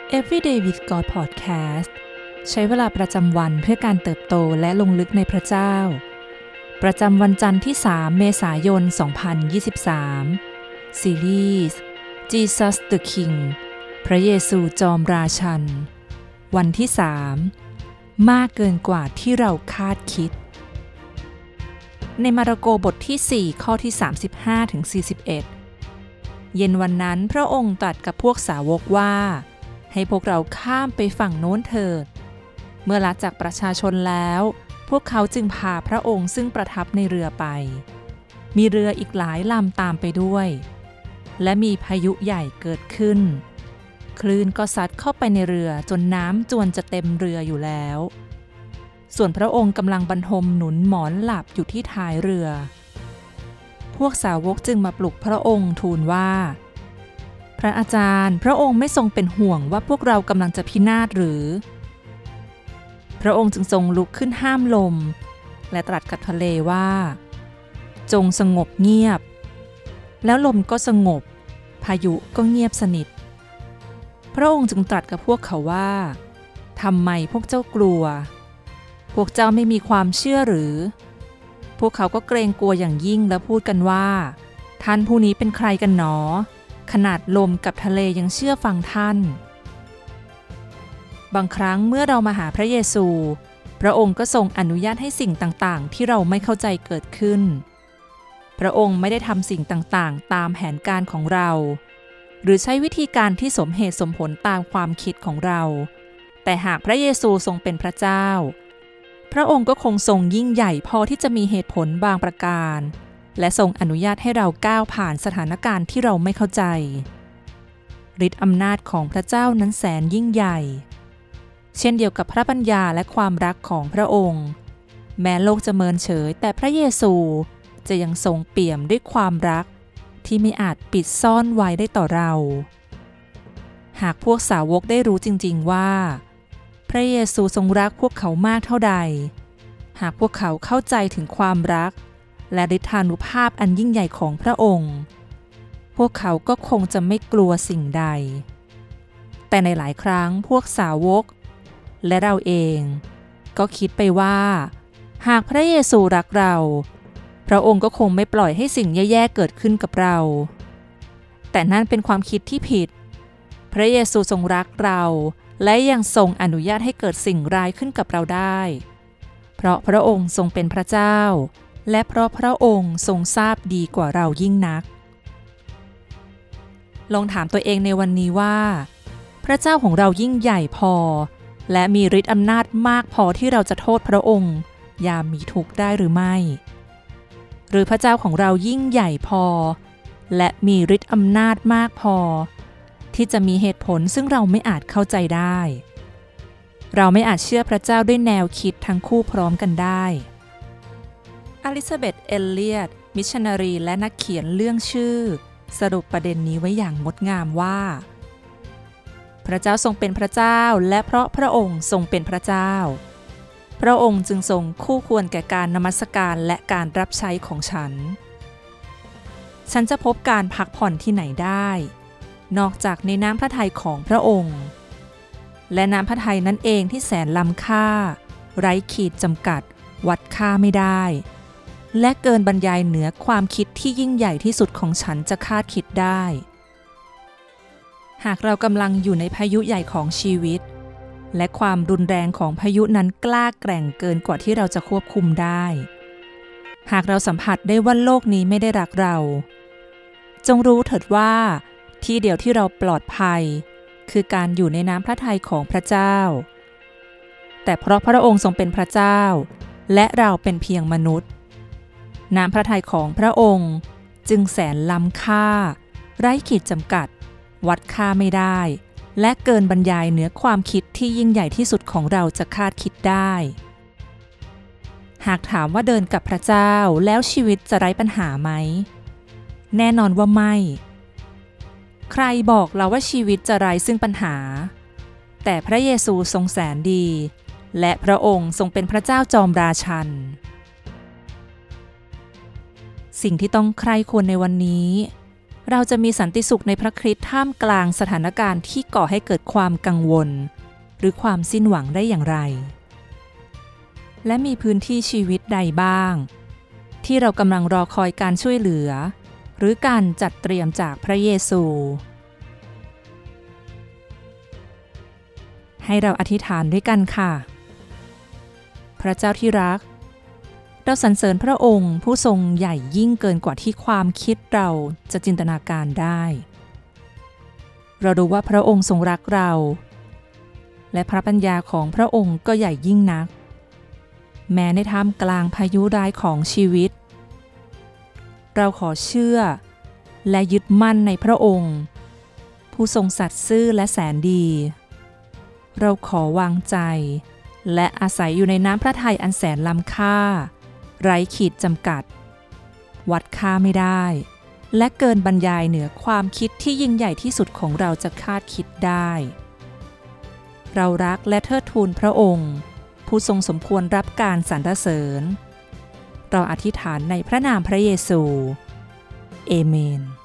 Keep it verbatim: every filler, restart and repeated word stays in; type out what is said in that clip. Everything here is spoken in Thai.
Everyday with God Podcast ใช้เวลาประจำวันเพื่อการเติบโตและลงลึกในพระเจ้าประจำวันจันทร์ที่ สาม เมษายน สองพันยี่สิบสาม ซีรีส์ Jesus the King พระเยซูจอมราชันวันที่ สาม มากเกินกว่าที่เราคาดคิดในมาระโกบทที่ สี่ ข้อที่ สามสิบห้าถึงสี่สิบเอ็ด เย็นวันนั้นพระองค์ตรัสกับพวกสาวกว่าให้พวกเราข้ามไปฝั่งโน้นเถิดเมื่อละจากประชาชนแล้วพวกเขาจึงพาพระองค์ซึ่งประทับในเรือไปมีเรืออีกหลายลำตามไปด้วยและมีพายุใหญ่เกิดขึ้นคลื่นก็ซัดเข้าไปในเรือจนน้ำจวนจะเต็มเรืออยู่แล้วส่วนพระองค์กำลังบรรทมหนุนหมอนหลับอยู่ที่ท้ายเรือพวกสาวกจึงมาปลุกพระองค์ทูลว่าพระอาจารย์พระองค์ไม่ทรงเป็นห่วงว่าพวกเรากำลังจะพินาศหรือพระองค์จึงทรงลุกขึ้นห้ามลมและตรัสกับทะเลว่าจงสงบเงียบแล้วลมก็สงบพายุก็เงียบสนิทพระองค์จึงตรัสกับพวกเขาว่าทำไมพวกเจ้ากลัวพวกเจ้าไม่มีความเชื่อหรือพวกเขาก็เกรงกลัวอย่างยิ่งและพูดกันว่าท่านผู้นี้เป็นใครกันหนอขนาดลมกับทะเลยังเชื่อฟังท่านบางครั้งเมื่อเรามาหาพระเยซูพระองค์ก็ทรงอนุญาตให้สิ่งต่างๆที่เราไม่เข้าใจเกิดขึ้นพระองค์ไม่ได้ทำสิ่งต่างๆตามแผนการของเราหรือใช้วิธีการที่สมเหตุสมผลตามความคิดของเราแต่หากพระเยซูทรงเป็นพระเจ้าพระองค์ก็คงทรงยิ่งใหญ่พอที่จะมีเหตุผลบางประการและทรงอนุญาตให้เราก้าวผ่านสถานการณ์ที่เราไม่เข้าใจฤทธิ์อำนาจของพระเจ้านั้นแสนยิ่งใหญ่เช่นเดียวกับพระปัญญาและความรักของพระองค์แม้โลกจะเมินเฉยแต่พระเยซูจะยังทรงเปี่ยมด้วยความรักที่ไม่อาจปิดซ่อนไว้ได้ต่อเราหากพวกสาวกได้รู้จริงๆว่าพระเยซูทรงรักพวกเขามากเท่าใดหากพวกเขาเข้าใจถึงความรักและฤทธานุภาพอันยิ่งใหญ่ของพระองค์พวกเขาก็คงจะไม่กลัวสิ่งใดแต่ในหลายครั้งพวกสาวกและเราเองก็คิดไปว่าหากพระเยซูรักเราพระองค์ก็คงไม่ปล่อยให้สิ่งแย่ๆเกิดขึ้นกับเราแต่นั่นเป็นความคิดที่ผิดพระเยซูทรงรักเราและยังทรงอนุญาตให้เกิดสิ่งร้ายขึ้นกับเราได้เพราะพระองค์ทรงเป็นพระเจ้าและเพราะพระองค์ทรงทราบดีกว่าเรายิ่งนักลองถามตัวเองในวันนี้ว่าพระเจ้าของเรายิ่งใหญ่พอและมีฤทธิ์อำนาจมากพอที่เราจะโทษพระองค์ยามมีทุกข์ได้หรือไม่หรือพระเจ้าของเรายิ่งใหญ่พอและมีฤทธิ์อำนาจมากพอที่จะมีเหตุผลซึ่งเราไม่อาจเข้าใจได้เราไม่อาจเชื่อพระเจ้าด้วยแนวคิดทั้งคู่พร้อมกันได้อลิซาเบธ เอลเลียตมิชชันนารีและนักเขียนเรื่องชื่อสรุปประเด็นนี้ไว้อย่างงดงามว่าพระเจ้าทรงเป็นพระเจ้าและเพราะพระองค์ทรงเป็นพระเจ้าพระองค์จึงทรงคู่ควรแก่การนมัสการและการรับใช้ของฉันฉันจะพบการพักผ่อนที่ไหนได้นอกจากในน้ำพระทัยของพระองค์และน้ำพระทัยนั่นเองที่แสนล้ำค่าไร้ขีดจำกัดวัดค่าไม่ได้และเกินบรรยายเหนือความคิดที่ยิ่งใหญ่ที่สุดของฉันจะคาดคิดได้หากเรากำลังอยู่ในพายุใหญ่ของชีวิตและความรุนแรงของพายุนั้นกล้าแกร่งเกินกว่าที่เราจะควบคุมได้หากเราสัมผัสได้ว่าโลกนี้ไม่ได้รักเราจงรู้เถิดว่าที่เดียวที่เราปลอดภัยคือการอยู่ในน้ำพระทัยของพระเจ้าแต่เพราะพระองค์ทรงเป็นพระเจ้าและเราเป็นเพียงมนุษย์น้ำพระทัยของพระองค์จึงแสนล้ำค่าไร้ขีดจำกัดวัดค่าไม่ได้และเกินบรรยายเหนือความคิดที่ยิ่งใหญ่ที่สุดของเราจะคาดคิดได้หากถามว่าเดินกับพระเจ้าแล้วชีวิตจะไร้ปัญหาไหมแน่นอนว่าไม่ใครบอกเราว่าชีวิตจะไร้ซึ่งปัญหาแต่พระเยซูทรงแสนดีและพระองค์ทรงเป็นพระเจ้าจอมราชันสิ่งที่ต้องใคร่ควรในวันนี้เราจะมีสันติสุขในพระคริสต์ท่ามกลางสถานการณ์ที่ก่อให้เกิดความกังวลหรือความสิ้นหวังได้อย่างไรและมีพื้นที่ชีวิตใดบ้างที่เรากำลังรอคอยการช่วยเหลือหรือการจัดเตรียมจากพระเยซูให้เราอธิษฐานด้วยกันค่ะพระเจ้าที่รักเราสรรเสริญพระองค์ผู้ทรงใหญ่ยิ่งเกินกว่าที่ความคิดเราจะจินตนาการได้เรารู้ว่าพระองค์ทรงรักเราและพระปัญญาของพระองค์ก็ใหญ่ยิ่งนักแม้ในท่ามกลางพายุร้ายของชีวิตเราขอเชื่อและยึดมั่นในพระองค์ผู้ทรงสัตย์ซื่อและแสนดีเราขอวางใจและอาศัยอยู่ในน้ำพระทัยอันแสนล้ำค่าไร้ขีดจำกัดวัดค่าไม่ได้และเกินบรรยายเหนือความคิดที่ยิ่งใหญ่ที่สุดของเราจะคาดคิดได้เรารักและเทิดทูนพระองค์ผู้ทรงสมควรรับการสรรเสริญเราอธิษฐานในพระนามพระเยซูเอเมน